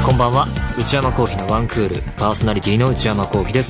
こんばんは。内山聖輝のワンクールパーソナリティの内山聖輝です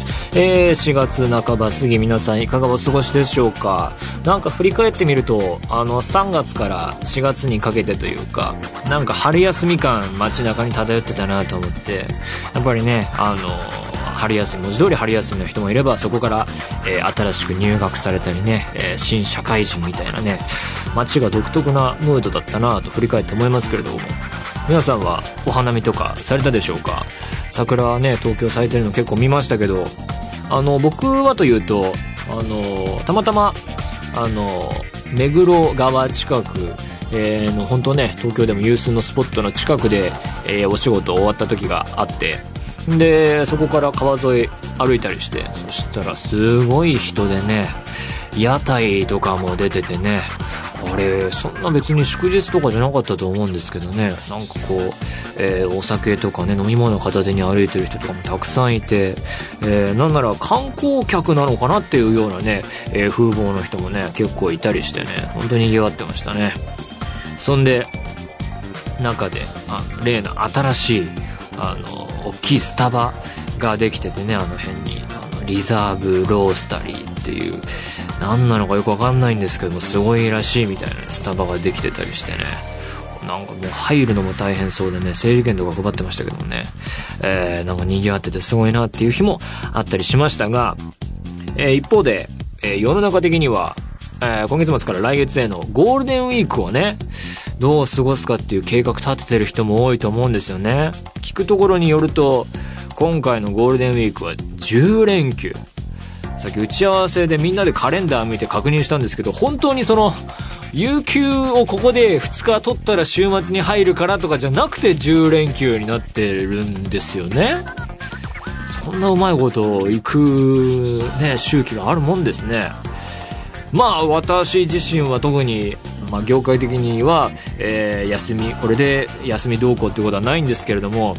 。4月半ば過ぎ、皆さんいかがお過ごしでしょうか。なんか振り返ってみると3月から4月にかけてというか、なんか春休み感街中に漂ってたなと思って、やっぱりね春休み、文字通り春休みの人もいれば、そこから、新しく入学されたりね、新社会人みたいなね、街が独特なムードだったなと振り返って思いますけれども、皆さんはお花見とかされたでしょうか。桜はね、東京咲いてるの結構見ましたけど、僕はというとたまたま目黒川近くの本当ね、東京でも有数のスポットの近くで、お仕事終わった時があって、でそこから川沿い歩いたりして、そしたらすごい人でね、屋台とかも出ててね、あれそんな別に祝日とかじゃなかったと思うんですけどね、なんかこう、お酒とかね、飲み物片手に歩いてる人とかもたくさんいて、なんなら観光客なのかなっていうようなね、風貌の人もね結構いたりしてね、本当に賑わってましたね。そんで中で例の新しい大きいスタバができててね、辺にリザーブロースタリーっていう、何なのかよくわかんないんですけども、すごいらしいみたいなスタバができてたりしてね、なんかもう入るのも大変そうでね、整理券とか配ってましたけどもね、なんか賑わっててすごいなっていう日もあったりしましたが、一方で、世の中的には、今月末から来月へのゴールデンウィークをね、どう過ごすかっていう計画立ててる人も多いと思うんですよね。聞くところによると、今回のゴールデンウィークは10連休。さっき打ち合わせでみんなでカレンダー見て確認したんですけど、本当にその有給をここで2日取ったら週末に入るからとかじゃなくて10連休になってるんですよね。そんなうまいこといくね、周期があるもんですね。まあ私自身は特に、業界的には、休み、これで休みどうこうってことはないんですけれども、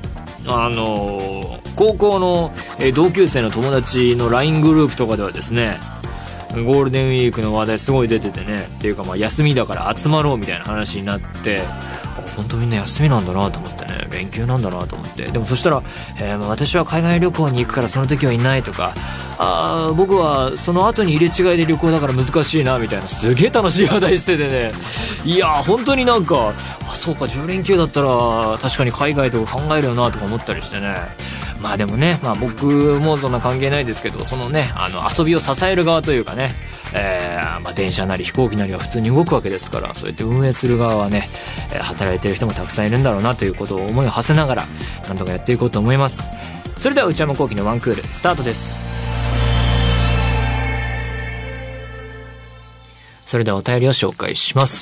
高校の同級生の友達の LINE グループとかではですね、ゴールデンウィークの話題すごい出ててね、っていうか休みだから集まろうみたいな話になって、本当みんな休みなんだなと思ってね、連休なんだなと思って、でもそしたら、私は海外旅行に行くからその時はいないとか、僕はその後に入れ違いで旅行だから難しいなみたいな、すげえ楽しい話題しててね、いや本当になんか、そうか10連休だったら確かに海外とか考えるよなとか思ったりしてね。でもね、僕もそんな関係ないですけど、そのね、遊びを支える側というかね、電車なり飛行機なりは普通に動くわけですから、そうやって運営する側はね、働いてる人もたくさんいるんだろうなということを思いを馳せながら、なんとかやっていこうと思います。それでは内山聖輝のワンクールスタートです。それではお便りを紹介します。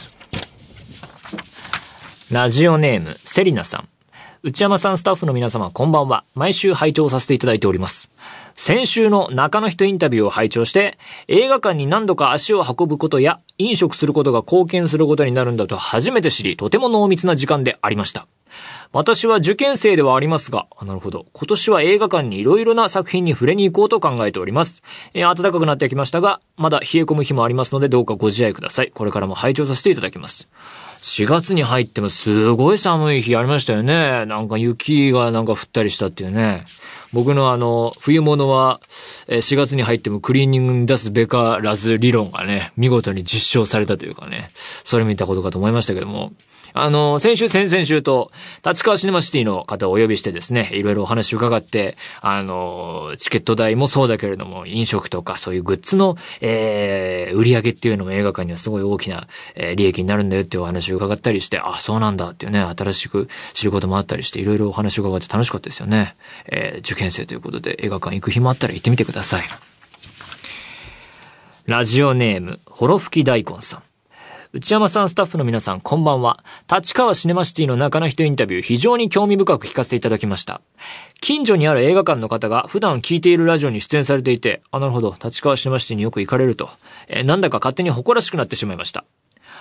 ラジオネームセリナさん。内山さん、スタッフの皆様、こんばんは。毎週拝聴させていただいております。先週の中の人インタビューを拝聴して、映画館に何度か足を運ぶことや飲食することが貢献することになるんだと初めて知り、とても濃密な時間でありました。私は受験生ではありますが、なるほど。今年は映画館にいろいろな作品に触れに行こうと考えております。暖かくなってきましたが、まだ冷え込む日もありますので、どうかご自愛ください。これからも拝聴させていただきます。4月に入ってもすごい寒い日ありましたよね。なんか雪がなんか降ったりしたっていうね。僕の冬物は4月に入ってもクリーニングに出すべからず理論がね、見事に実証されたというかね、それ見たことかと思いましたけども、先週先々週と立川シネマシティの方をお呼びしてですね、いろいろお話を伺って、チケット代もそうだけれども、飲食とかそういうグッズの、売り上げっていうのも映画館にはすごい大きな、利益になるんだよっていうお話を伺ったりして、そうなんだっていうね、新しく知ることもあったりして、いろいろお話を伺って楽しかったですよね。受験生ということで映画館行く日もあったら行ってみてください。ラジオネーム、ほろ吹き大根さん。内山さん、スタッフの皆さん、こんばんは。立川シネマシティの中の人インタビュー、非常に興味深く聞かせていただきました。近所にある映画館の方が普段聞いているラジオに出演されていて、なるほど、立川シネマシティによく行かれると、なんだか勝手に誇らしくなってしまいました。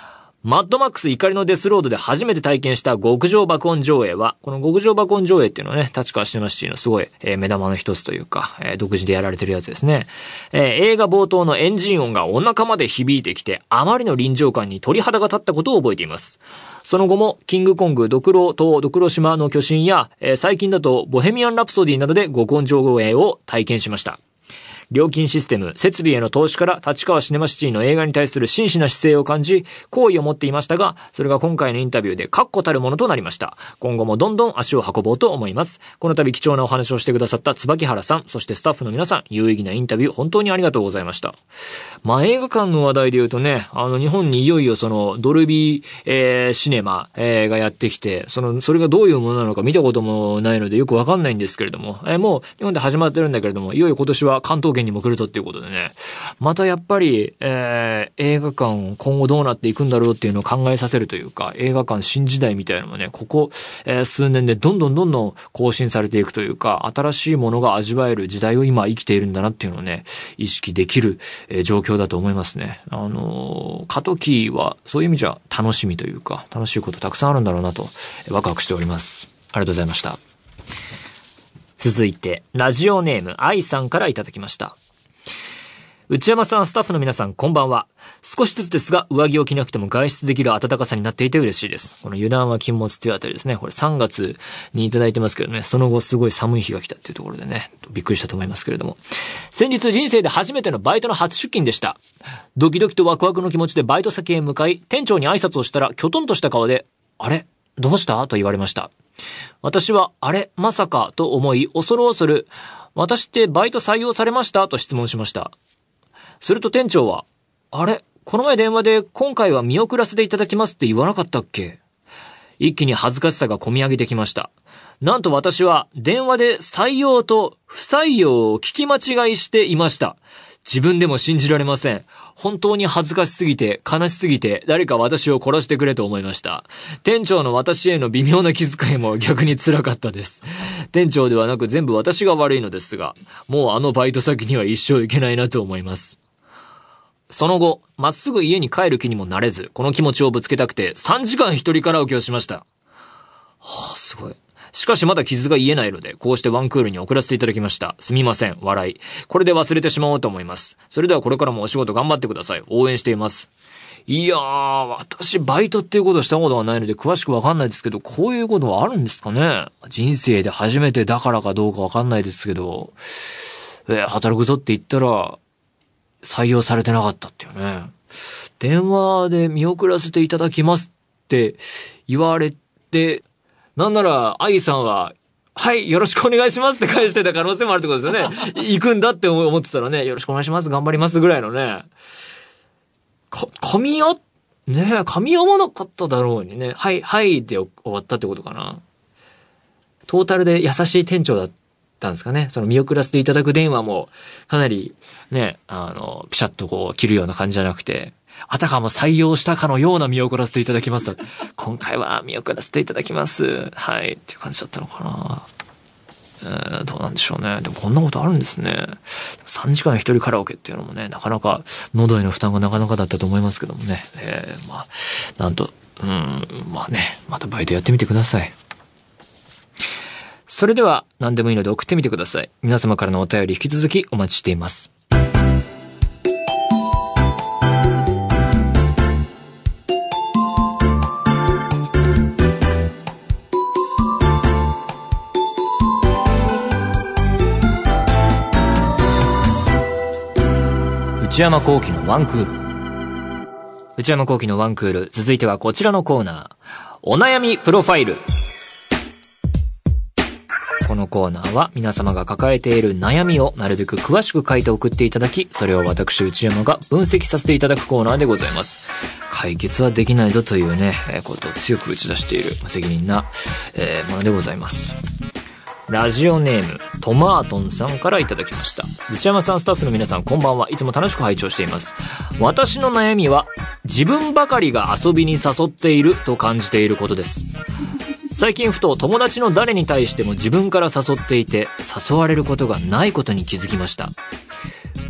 マッドマックス怒りのデスロードで初めて体験した極上爆音上映は、この極上爆音上映っていうのはね、立川シネマシティのすごい、目玉の一つというか、独自でやられてるやつですね。映画冒頭のエンジン音がお腹まで響いてきて、あまりの臨場感に鳥肌が立ったことを覚えています。その後も、キングコング、ドクロ島、ドクロ島の巨神や、最近だと、ボヘミアン・ラプソディなどで極音上映を体験しました。料金システム、設備への投資から立川シネマシティの映画に対する真摯な姿勢を感じ、好意を持っていましたが、それが今回のインタビューで確固たるものとなりました。今後もどんどん足を運ぼうと思います。この度貴重なお話をしてくださった椿原さん、そしてスタッフの皆さん、有意義なインタビュー本当にありがとうございました。映画館の話題で言うとね、日本にいよいよそのドルビー、シネマ、がやってきて、それがどういうものなのか見たこともないのでよくわかんないんですけれども、もう日本で始まってるんだけれども、いよいよ今年は関東圏にも来るとっていうことでね、またやっぱり、映画館今後どうなっていくんだろうっていうのを考えさせるというか、映画館新時代みたいなのもね、ここ、数年でどんどん更新されていくというか、新しいものが味わえる時代を今生きているんだなっていうのをね、意識できる、状況だと思いますね。過渡期はそういう意味じゃ楽しみというか、楽しいことたくさんあるんだろうなと、ワクワクしております。ありがとうございました。続いて、ラジオネーム愛さんからいただきました。内山さん、スタッフの皆さん、こんばんは。少しずつですが、上着を着なくても外出できる暖かさになっていて嬉しいです。この油断は禁物っていうあたりですね。これ3月にいただいてますけどね、その後すごい寒い日が来たっていうところでね、びっくりしたと思いますけれども。先日人生で初めてのバイトの初出勤でした。ドキドキとワクワクの気持ちでバイト先へ向かい、店長に挨拶をしたら、きょとんとした顔で、あれどうしたと言われました。私は、あれまさかと思い、恐る恐る、私ってバイト採用されましたと質問しました。すると店長は、あれこの前電話で今回は見送らせていただきますって言わなかったっけ？一気に恥ずかしさが込み上げてきました。なんと私は電話で採用と不採用を聞き間違いしていました。自分でも信じられません。本当に恥ずかしすぎて、悲しすぎて、誰か私を殺してくれと思いました。店長の私への微妙な気遣いも逆に辛かったです。店長ではなく全部私が悪いのですが、もうあのバイト先には一生行けないなと思います。その後、まっすぐ家に帰る気にもなれず、この気持ちをぶつけたくて3時間一人カラオケをしました。すごい。しかしまだ傷が癒えないので、こうしてワンクールに送らせていただきました。すみません、笑い。これで忘れてしまおうと思います。それではこれからもお仕事頑張ってください。応援しています。いやー、私バイトっていうことをしたことがないので詳しくわかんないですけど、こういうことはあるんですかね？人生で初めてだからかどうかわかんないですけど、働くぞって言ったら、採用されてなかったっていうね。電話で見送らせていただきますって言われて、なんなら愛さんは、はい、よろしくお願いしますって返してた可能性もあるってことですよね。行くんだって思ってたらね、よろしくお願いします、頑張りますぐらいのね。噛み合わなかっただろうにね。はい、はいで終わったってことかな。トータルで優しい店長だったんですかね。その見送らせていただく電話も、かなりね、ピシャッとこう切るような感じじゃなくて、あたかも採用したかのような見送らせていただきますと。今回は見送らせていただきます。はい。っていう感じだったのかな。どうなんでしょうね。でもこんなことあるんですね。3時間一人カラオケっていうのもね、なかなか、喉への負担がなかなかだったと思いますけどもね。なんと、まあね、またバイトやってみてください。それでは、何でもいいので送ってみてください。皆様からのお便り引き続きお待ちしています。内山幸喜のワンクール。内山幸喜のワンクール。続いてはこちらのコーナー。お悩みプロファイル。このコーナーは皆様が抱えている悩みをなるべく詳しく書いて送っていただき、それを私内山が分析させていただくコーナーでございます。解決はできないぞというね、ことを強く打ち出している責任な、ものでございます。ラジオネームトマートンさんからいただきました。内山さん、スタッフの皆さん、こんばんは。いつも楽しく拝聴しています。私の悩みは自分ばかりが遊びに誘っていると感じていることです。最近ふと友達の誰に対しても自分から誘っていて、誘われることがないことに気づきました。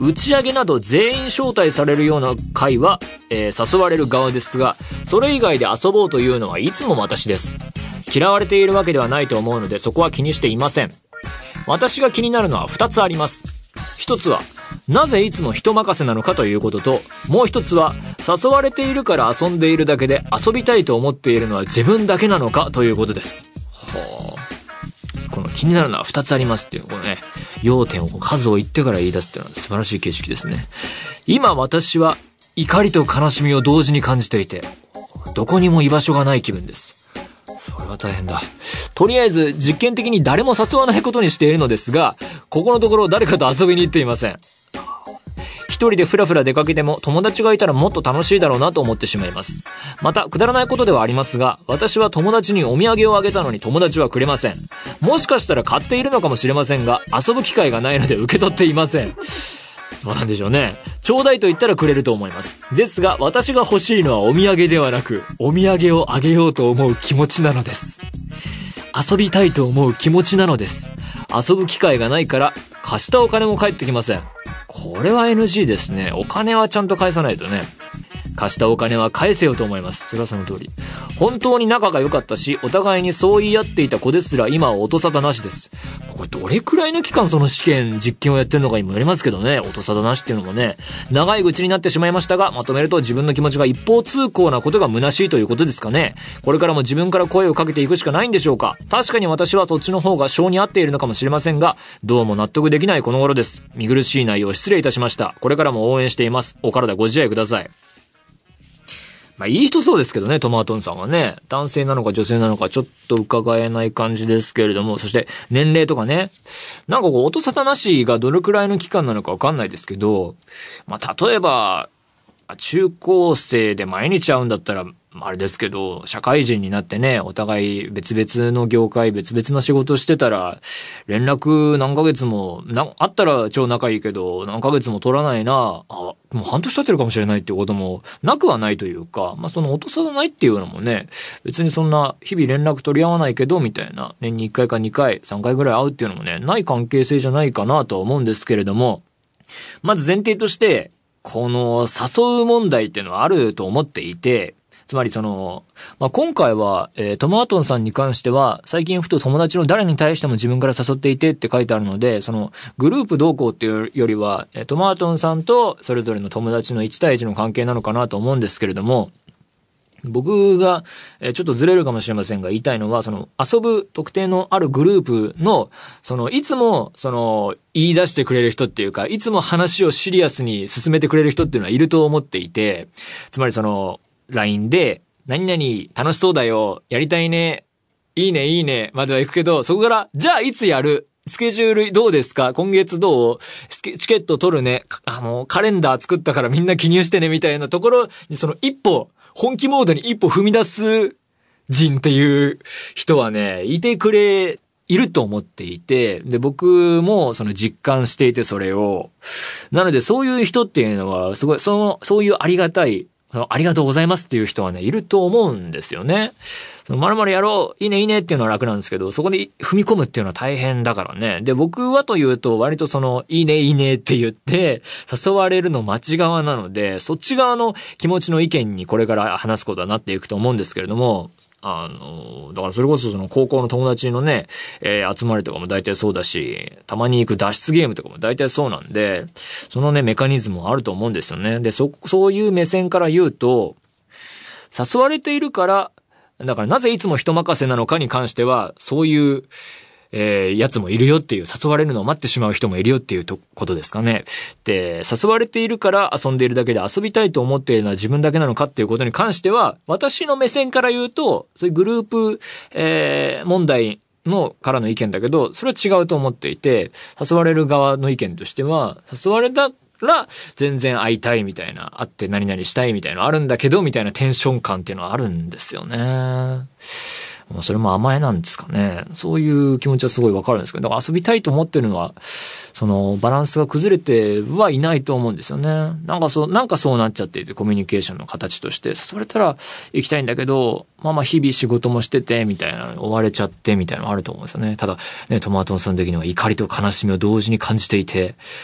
打ち上げなど全員招待されるような会は、誘われる側ですが、それ以外で遊ぼうというのはいつも私です。嫌われているわけではないと思うので、そこは気にしていません。私が気になるのは2つあります。1つは、なぜいつも人任せなのかということと、もう1つは、誘われているから遊んでいるだけで遊びたいと思っているのは自分だけなのかということです。この気になるのは2つありますっていう、このね、要点を数を言ってから言い出すっていうのは素晴らしい形式ですね。今私は怒りと悲しみを同時に感じていて、どこにも居場所がない気分です。それは大変だ。とりあえず実験的に誰も誘わないことにしているのですが、ここのところ誰かと遊びに行っていません。一人でふらふら出かけても友達がいたらもっと楽しいだろうなと思ってしまいます。またくだらないことではありますが、私は友達にお土産をあげたのに友達はくれません。もしかしたら買っているのかもしれませんが、遊ぶ機会がないので受け取っていません。どうなんでしょうね。ちょうだいと言ったらくれると思います。ですが私が欲しいのはお土産ではなく、お土産をあげようと思う気持ちなのです。遊びたいと思う気持ちなのです。遊ぶ機会がないから貸したお金も返ってきません。これは NG ですね。お金はちゃんと返さないとね。貸したお金は返せよと思います。それはその通り。本当に仲が良かったし、お互いにそう言い合っていた子ですら今は音沙汰なしです。これどれくらいの期間その試験実験をやってるのかにもよりますけどね。音沙汰なしっていうのもね、長い口になってしまいましたが、まとめると自分の気持ちが一方通行なことが虚しいということですかね。これからも自分から声をかけていくしかないんでしょうか。確かに私はそっちの方が性に合っているのかもしれませんが、どうも納得できないこの頃です。見苦しい内容失礼いたしました。これからも応援しています。お体ご自愛ください。まあいい人そうですけどね、トマトンさんはね。男性なのか女性なのかちょっと伺えない感じですけれども、そして年齢とかね。なんかこう音沙汰なしがどれくらいの期間なのかわかんないですけど、まあ例えば、中高生で毎日会うんだったら、あれですけど、社会人になってね、お互い別々の業界、別々の仕事してたら、連絡何ヶ月も、あったら超仲いいけど、何ヶ月も取らないな、もう半年経ってるかもしれないっていうこともなくはないというか、まあその音沙汰ないっていうのもね、別にそんな日々連絡取り合わないけど、みたいな、年に1回か2回、3回ぐらい会うっていうのもね、ない関係性じゃないかなとは思うんですけれども、まず前提として、この誘う問題っていうのはあると思っていて、つまりその、まあ、今回は、トマトンさんに関しては、最近ふと友達の誰に対しても自分から誘っていてって書いてあるので、その、グループ同行っていうよりは、トマトンさんとそれぞれの友達の1対1の関係なのかなと思うんですけれども、僕が、ちょっとずれるかもしれませんが言いたいのは、その、遊ぶ特定のあるグループの、その、いつも、その、言い出してくれる人っていうか、いつも話をシリアスに進めてくれる人っていうのはいると思っていて、つまりその、LINE で、何々楽しそうだよ、やりたいね、いいねいいね、までは行くけど、そこから、じゃあいつやる？スケジュールどうですか？今月どう？チケット取るね。カレンダー作ったからみんな記入してね、みたいなところに、その一歩、本気モードに一歩踏み出す人っていう人はね、いると思っていて、で、僕もその実感していてそれを。なのでそういう人っていうのは、すごい、そういうありがたい、ありがとうございますっていう人はね、いると思うんですよね。その〇〇やろう、いいねいいねっていうのは楽なんですけど、そこで踏み込むっていうのは大変だからね。で、僕はというと、割とその、いいねいいねって言って、誘われるの待ち側なので、そっち側の気持ちの意見にこれから話すことはなっていくと思うんですけれども、だからそれこそその高校の友達のね、集まりとかも大体そうだし、たまに行く脱出ゲームとかも大体そうなんで、そのね、メカニズムはあると思うんですよね。で、そういう目線から言うと、誘われているから、だからなぜいつも人任せなのかに関しては、そういう、やつもいるよっていう、誘われるのを待ってしまう人もいるよっていうことですかね。で、誘われているから遊んでいるだけで遊びたいと思っているのは自分だけなのかっていうことに関しては、私の目線から言うと、そういうグループ、問題からの意見だけど、それは違うと思っていて、誘われる側の意見としては、誘われたら全然会いたいみたいな、会って何々したいみたいなのあるんだけど、みたいなテンション感っていうのはあるんですよね。それも甘えなんですかね。そういう気持ちはすごいわかるんですけど、だから遊びたいと思ってるのは、そのバランスが崩れてはいないと思うんですよね。なんかそうなっちゃっていて、コミュニケーションの形として誘われたら行きたいんだけど、まあ日々仕事もしててみたいな、追われちゃってみたいなのあると思うんですよね。ただね、トマトンさん的には怒りと悲しみを同時に感じていて、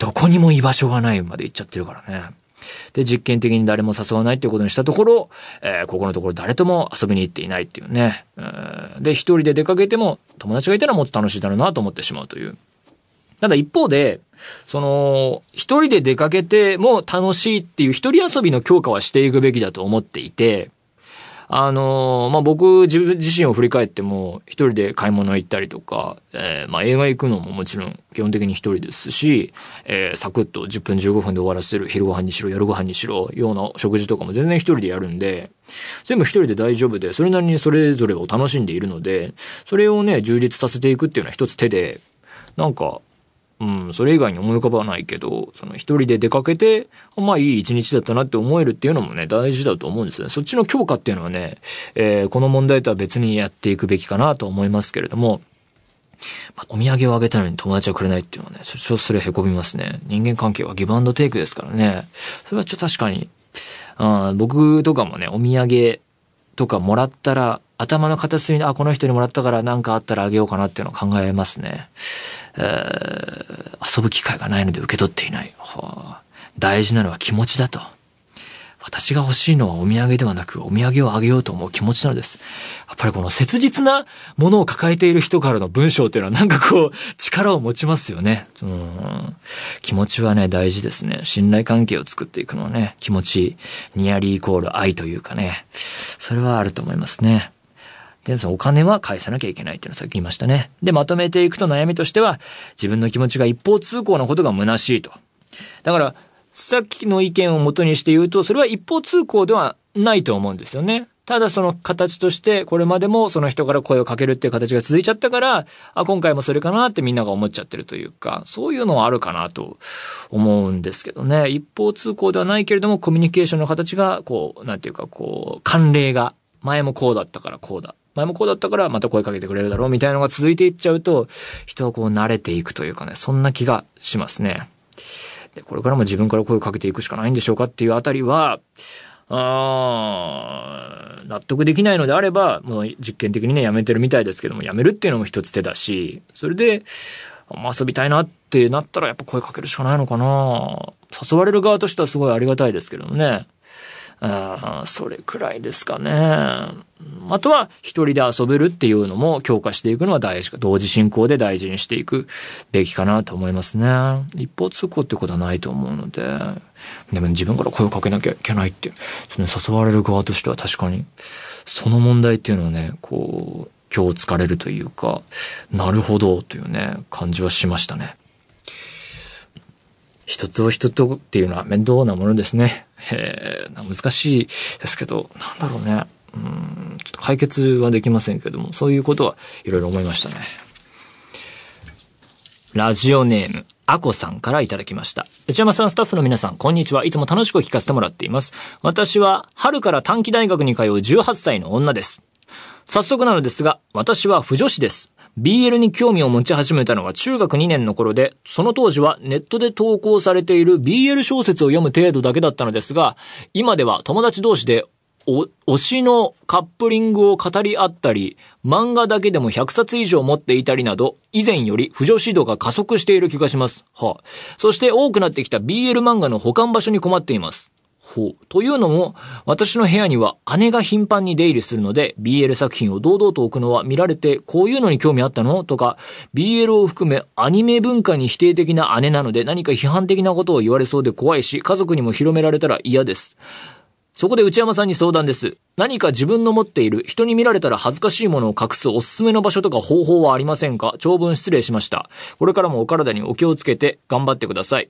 どこにも居場所がないまで行っちゃってるからね。で、実験的に誰も誘わないっていうことにしたところ、ここのところ誰とも遊びに行っていないっていうね。で、一人で出かけても友達がいたらもっと楽しいだろうなと思ってしまうという。ただ一方で、一人で出かけても楽しいっていう一人遊びの強化はしていくべきだと思っていて、僕自身を振り返っても一人で買い物行ったりとか、映画行くのももちろん基本的に一人ですし、サクッと10分15分で終わらせる昼ご飯にしろ夜ご飯にしろような食事とかも全然一人でやるんで、全部一人で大丈夫で、それなりにそれぞれを楽しんでいるので、それをね、充実させていくっていうのは一つ手で、それ以外に思い浮かばないけど、一人で出かけて、いい一日だったなって思えるっていうのもね、大事だと思うんですね。そっちの強化っていうのはね、この問題とは別にやっていくべきかなと思いますけれども、お土産をあげたのに友達はくれないっていうのはね、それ凹みますね。人間関係はギブアンドテイクですからね。それは確かに、僕とかもね、お土産とかもらったら、頭の片隅に、この人にもらったから何かあったらあげようかなっていうのを考えますね。遊ぶ機会がないので受け取っていない。大事なのは気持ちだと。私が欲しいのはお土産ではなく、お土産をあげようと思う気持ちなのです。やっぱりこの切実なものを抱えている人からの文章っていうのは力を持ちますよね。気持ちはね、大事ですね。信頼関係を作っていくのはね、気持ち、ニアリーイコール愛というかね、それはあると思いますね。で、お金は返さなきゃいけないっていうのをさっき言いましたね。で、まとめていくと悩みとしては、自分の気持ちが一方通行なことが虚しいと。だから、さっきの意見を元にして言うと、それは一方通行ではないと思うんですよね。ただその形として、これまでもその人から声をかけるっていう形が続いちゃったから、今回もそれかなってみんなが思っちゃってるというか、そういうのはあるかなと思うんですけどね。一方通行ではないけれども、コミュニケーションの形が、慣例が、前もこうだったからこうだ。前もこうだったからまた声かけてくれるだろうみたいなのが続いていっちゃうと、人は慣れていくというかね、そんな気がしますね。で、これからも自分から声をかけていくしかないんでしょうかっていうあたりは、納得できないのであれば、もう実験的にね、やめてるみたいですけども、やめるっていうのも一つ手だし、それで、遊びたいなってなったらやっぱ声かけるしかないのかな。誘われる側としてはすごいありがたいですけどもね。それくらいですかね。あとは一人で遊べるっていうのも強化していくのは大事か、同時進行で大事にしていくべきかなと思いますね。一方通行ってことはないと思うので、でも自分から声をかけなきゃいけないって、誘われる側としては確かにその問題っていうのはね、今日疲れるというか、なるほどというね、感じはしましたね。人と人とっていうのは面倒なものですね。難しいですけど、なんだろうね。ちょっと解決はできませんけども、そういうことはいろいろ思いましたね。ラジオネーム、あこさんからいただきました。内山さん、スタッフの皆さん、こんにちは。いつも楽しく聞かせてもらっています。私は春から短期大学に通う18歳の女です。早速なのですが、私は腐女子です。BL に興味を持ち始めたのは中学2年の頃で、その当時はネットで投稿されている BL 小説を読む程度だけだったのですが、今では友達同士で推しのカップリングを語り合ったり、漫画だけでも100冊以上持っていたりなど、以前より腐女子度が加速している気がします。そして多くなってきた BL 漫画の保管場所に困っています。というのも、私の部屋には姉が頻繁に出入りするので、BL 作品を堂々と置くのは見られて、こういうのに興味あったのとか、BL を含めアニメ文化に否定的な姉なので何か批判的なことを言われそうで怖いし、家族にも広められたら嫌です。そこで内山さんに相談です。何か自分の持っている人に見られたら恥ずかしいものを隠すおすすめの場所とか方法はありませんか？長文失礼しました。これからもお体にお気をつけて頑張ってください。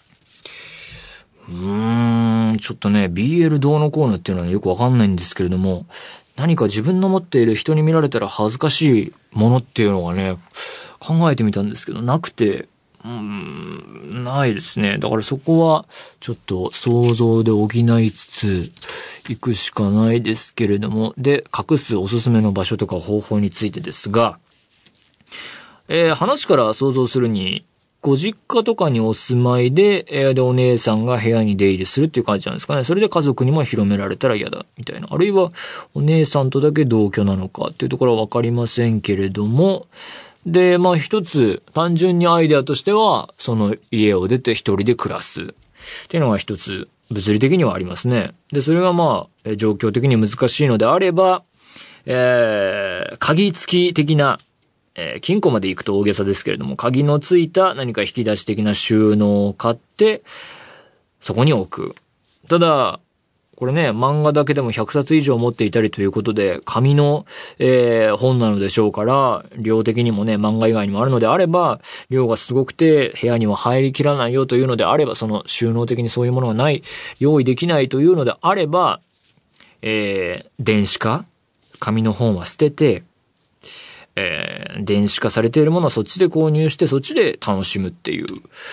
ちょっとね、BL どうのこうのっていうのはよくわかんないんですけれども、何か自分の持っている人に見られたら恥ずかしいものっていうのがね、考えてみたんですけど、なくて、ないですね。だからそこはちょっと想像で補いつつ行くしかないですけれども、で、隠すおすすめの場所とか方法についてですが、話から想像するに、ご実家とかにお住まいで、お姉さんが部屋に出入りするっていう感じなんですかね。それで家族にも広められたら嫌だ、みたいな。あるいは、お姉さんとだけ同居なのかっていうところはわかりませんけれども、 で、まあ一つ、単純にアイデアとしては、その家を出て一人で暮らす。っていうのが一つ、物理的にはありますね。で、それがまあ、状況的に難しいのであれば、鍵付き的な、金庫まで行くと大げさですけれども、鍵のついた何か引き出し的な収納を買って、そこに置く。ただ、これね、漫画だけでも100冊以上持っていたりということで、紙の、本なのでしょうから、量的にもね、漫画以外にもあるのであれば、量がすごくて部屋には入りきらないよというのであれば、その収納的にそういうものがない、用意できないというのであれば、電子化？紙の本は捨てて、電子化されているものはそっちで購入してそっちで楽しむっていう、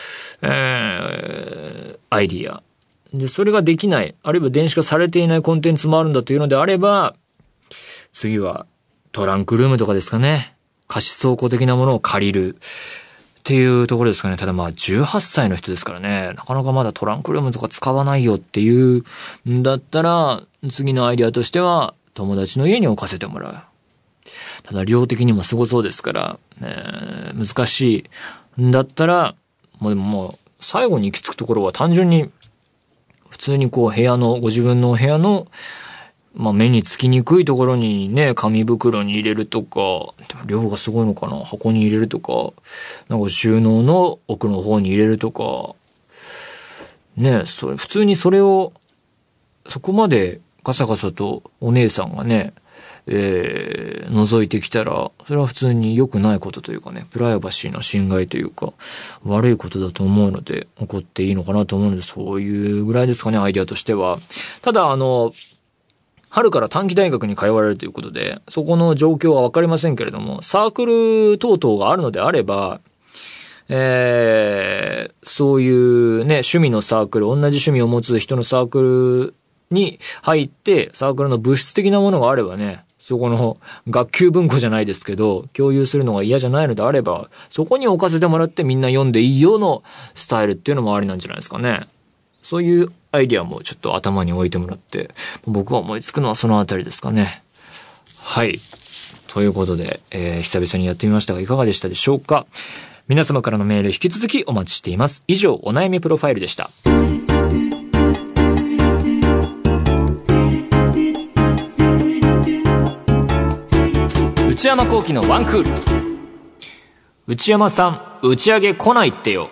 アイディア。で、それができない、あるいは電子化されていないコンテンツもあるんだというのであれば、次はトランクルームとかですかね。貸し倉庫的なものを借りるっていうところですかね。ただまあ18歳の人ですからね、なかなかまだトランクルームとか使わないよっていうんだったら、次のアイディアとしては友達の家に置かせてもらう。ただ量的にもすごそうですから、難しいんだったら、もう最後に行き着くところは単純に普通にこうご自分の部屋の、まあ目につきにくいところにね、紙袋に入れるとか、量がすごいのかな、箱に入れるとか、なんか収納の奥の方に入れるとか、ね、普通にそれを、そこまでガサガサとお姉さんがね、覗いてきたら、それは普通に良くないことというかね、プライバシーの侵害というか、悪いことだと思うので、起こっていいのかなと思うので、そういうぐらいですかね、アイデアとしては。ただ、春から短期大学に通われるということで、そこの状況はわかりませんけれども、サークル等々があるのであれば、そういうね、趣味のサークル、同じ趣味を持つ人のサークルに入って、サークルの物質的なものがあればね、そこの学級文庫じゃないですけど、共有するのが嫌じゃないのであれば、そこに置かせてもらってみんな読んでいいよのスタイルっていうのもありなんじゃないですかね。そういうアイディアもちょっと頭に置いてもらって、僕が思いつくのはそのあたりですかね。はい。ということで、久々にやってみましたがいかがでしたでしょうか。皆様からのメール引き続きお待ちしています。以上、お悩みプロファイルでした。内山聖輝のワンクール。内山さん、打ち上げ来ないってよ。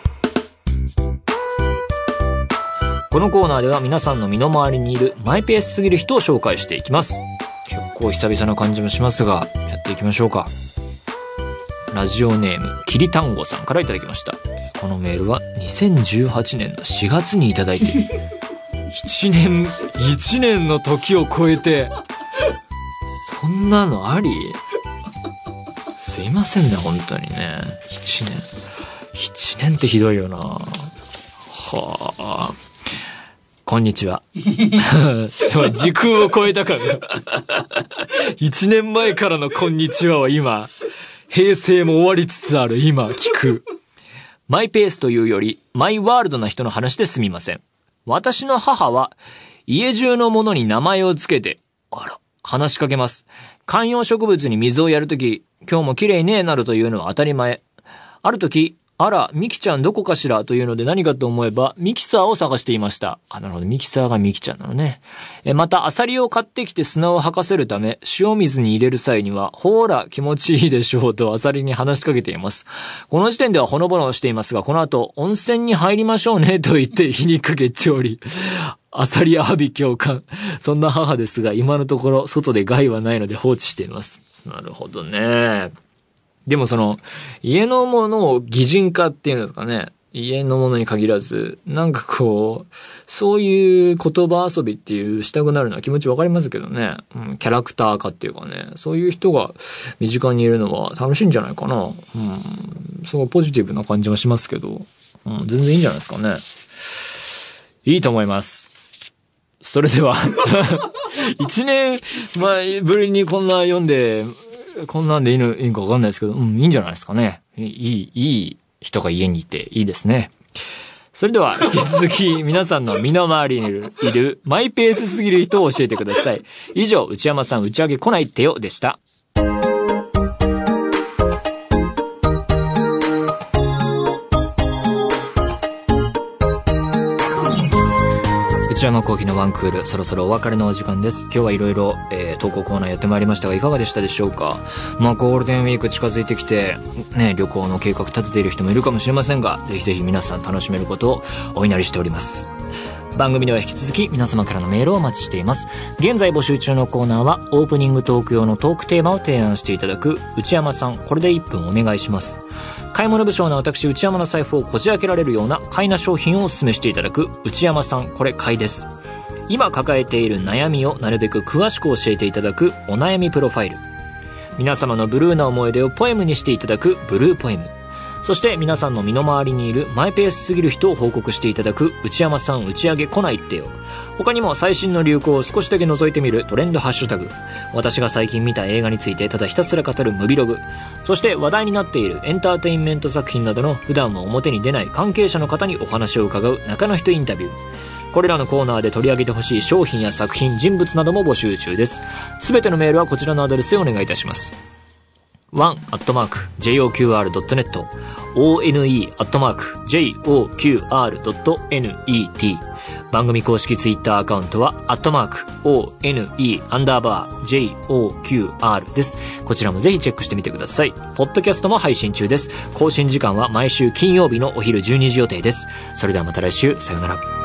このコーナーでは皆さんの身の回りにいるマイペースすぎる人を紹介していきます。結構久々な感じもしますが、やっていきましょうか。ラジオネームきりたんごさんからいただきました。このメールは2018年の4月にいただいている。1年の時を超えてそんなのあり？すいませんね、本当にね。1年ってひどいよな。はあ。こんにちは。時空を超えたから。1年前からのこんにちはは今、平成も終わりつつある今聞く。マイペースというより、マイワールドな人の話ですみません。私の母は、家中のものに名前をつけて、話しかけます。観葉植物に水をやるとき、今日も綺麗ねなどというのは当たり前。あるとき、あら、ミキちゃんどこかしらというので何かと思えば、ミキサーを探していました。なるほど、ミキサーがミキちゃんなのね。また、アサリを買ってきて砂を吐かせるため、塩水に入れる際には、ほーら、気持ちいいでしょうとアサリに話しかけています。この時点ではほのぼのしていますが、この後、温泉に入りましょうねと言って火にかけ調理。アサリアワビ共感。そんな母ですが、今のところ、外で害はないので放置しています。なるほどね。でも家のものを擬人化っていうんですかね。家のものに限らず、なんかそういう言葉遊びっていうしたくなるのは気持ちわかりますけどね。キャラクター化っていうかね。そういう人が身近にいるのは楽しいんじゃないかな。すごいポジティブな感じはしますけど。全然いいんじゃないですかね。いいと思います。それでは、1年前ぶりにこんな読んで、こんなんでいいのかわかんないですけど、いいんじゃないですかね。いい人が家にいていいですね。それでは、引き続き皆さんの身の回りにいるマイペースすぎる人を教えてください。以上、内山さん打ち上げ来ないってよでした。 内山聖輝のワンクール、そろそろお別れのお時間です。今日はいろいろ投稿コーナーやってまいりましたが、いかがでしたでしょうか。ゴールデンウィーク近づいてきてね、旅行の計画立てている人もいるかもしれませんが、ぜひぜひ皆さん楽しめることをお祈りしております。番組では引き続き皆様からのメールをお待ちしています。現在募集中のコーナーはオープニングトーク用のトークテーマを提案していただく内山さん、これで1分お願いします。買い物不詳な私内山の財布をこじ開けられるような買いな商品をお勧めしていただく内山さん、これ買いです。今抱えている悩みをなるべく詳しく教えていただくお悩みプロファイル。皆様のブルーな思い出をポエムにしていただくブルーポエム。そして皆さんの身の回りにいるマイペースすぎる人を報告していただく内山さん打ち上げ来ないってよ。他にも最新の流行を少しだけ覗いてみるトレンドハッシュタグ。私が最近見た映画についてただひたすら語るムビログ。そして話題になっているエンターテインメント作品などの普段は表に出ない関係者の方にお話を伺う中の人インタビュー。これらのコーナーで取り上げてほしい商品や作品、人物なども募集中です。すべてのメールはこちらのアドレスへお願いいたします。one@joqr.net one@joqr.net 番組公式ツイッターアカウントは@one_joqr です。こちらもぜひチェックしてみてください。ポッドキャストも配信中です。更新時間は毎週金曜日のお昼12時予定です。それではまた来週、さようなら。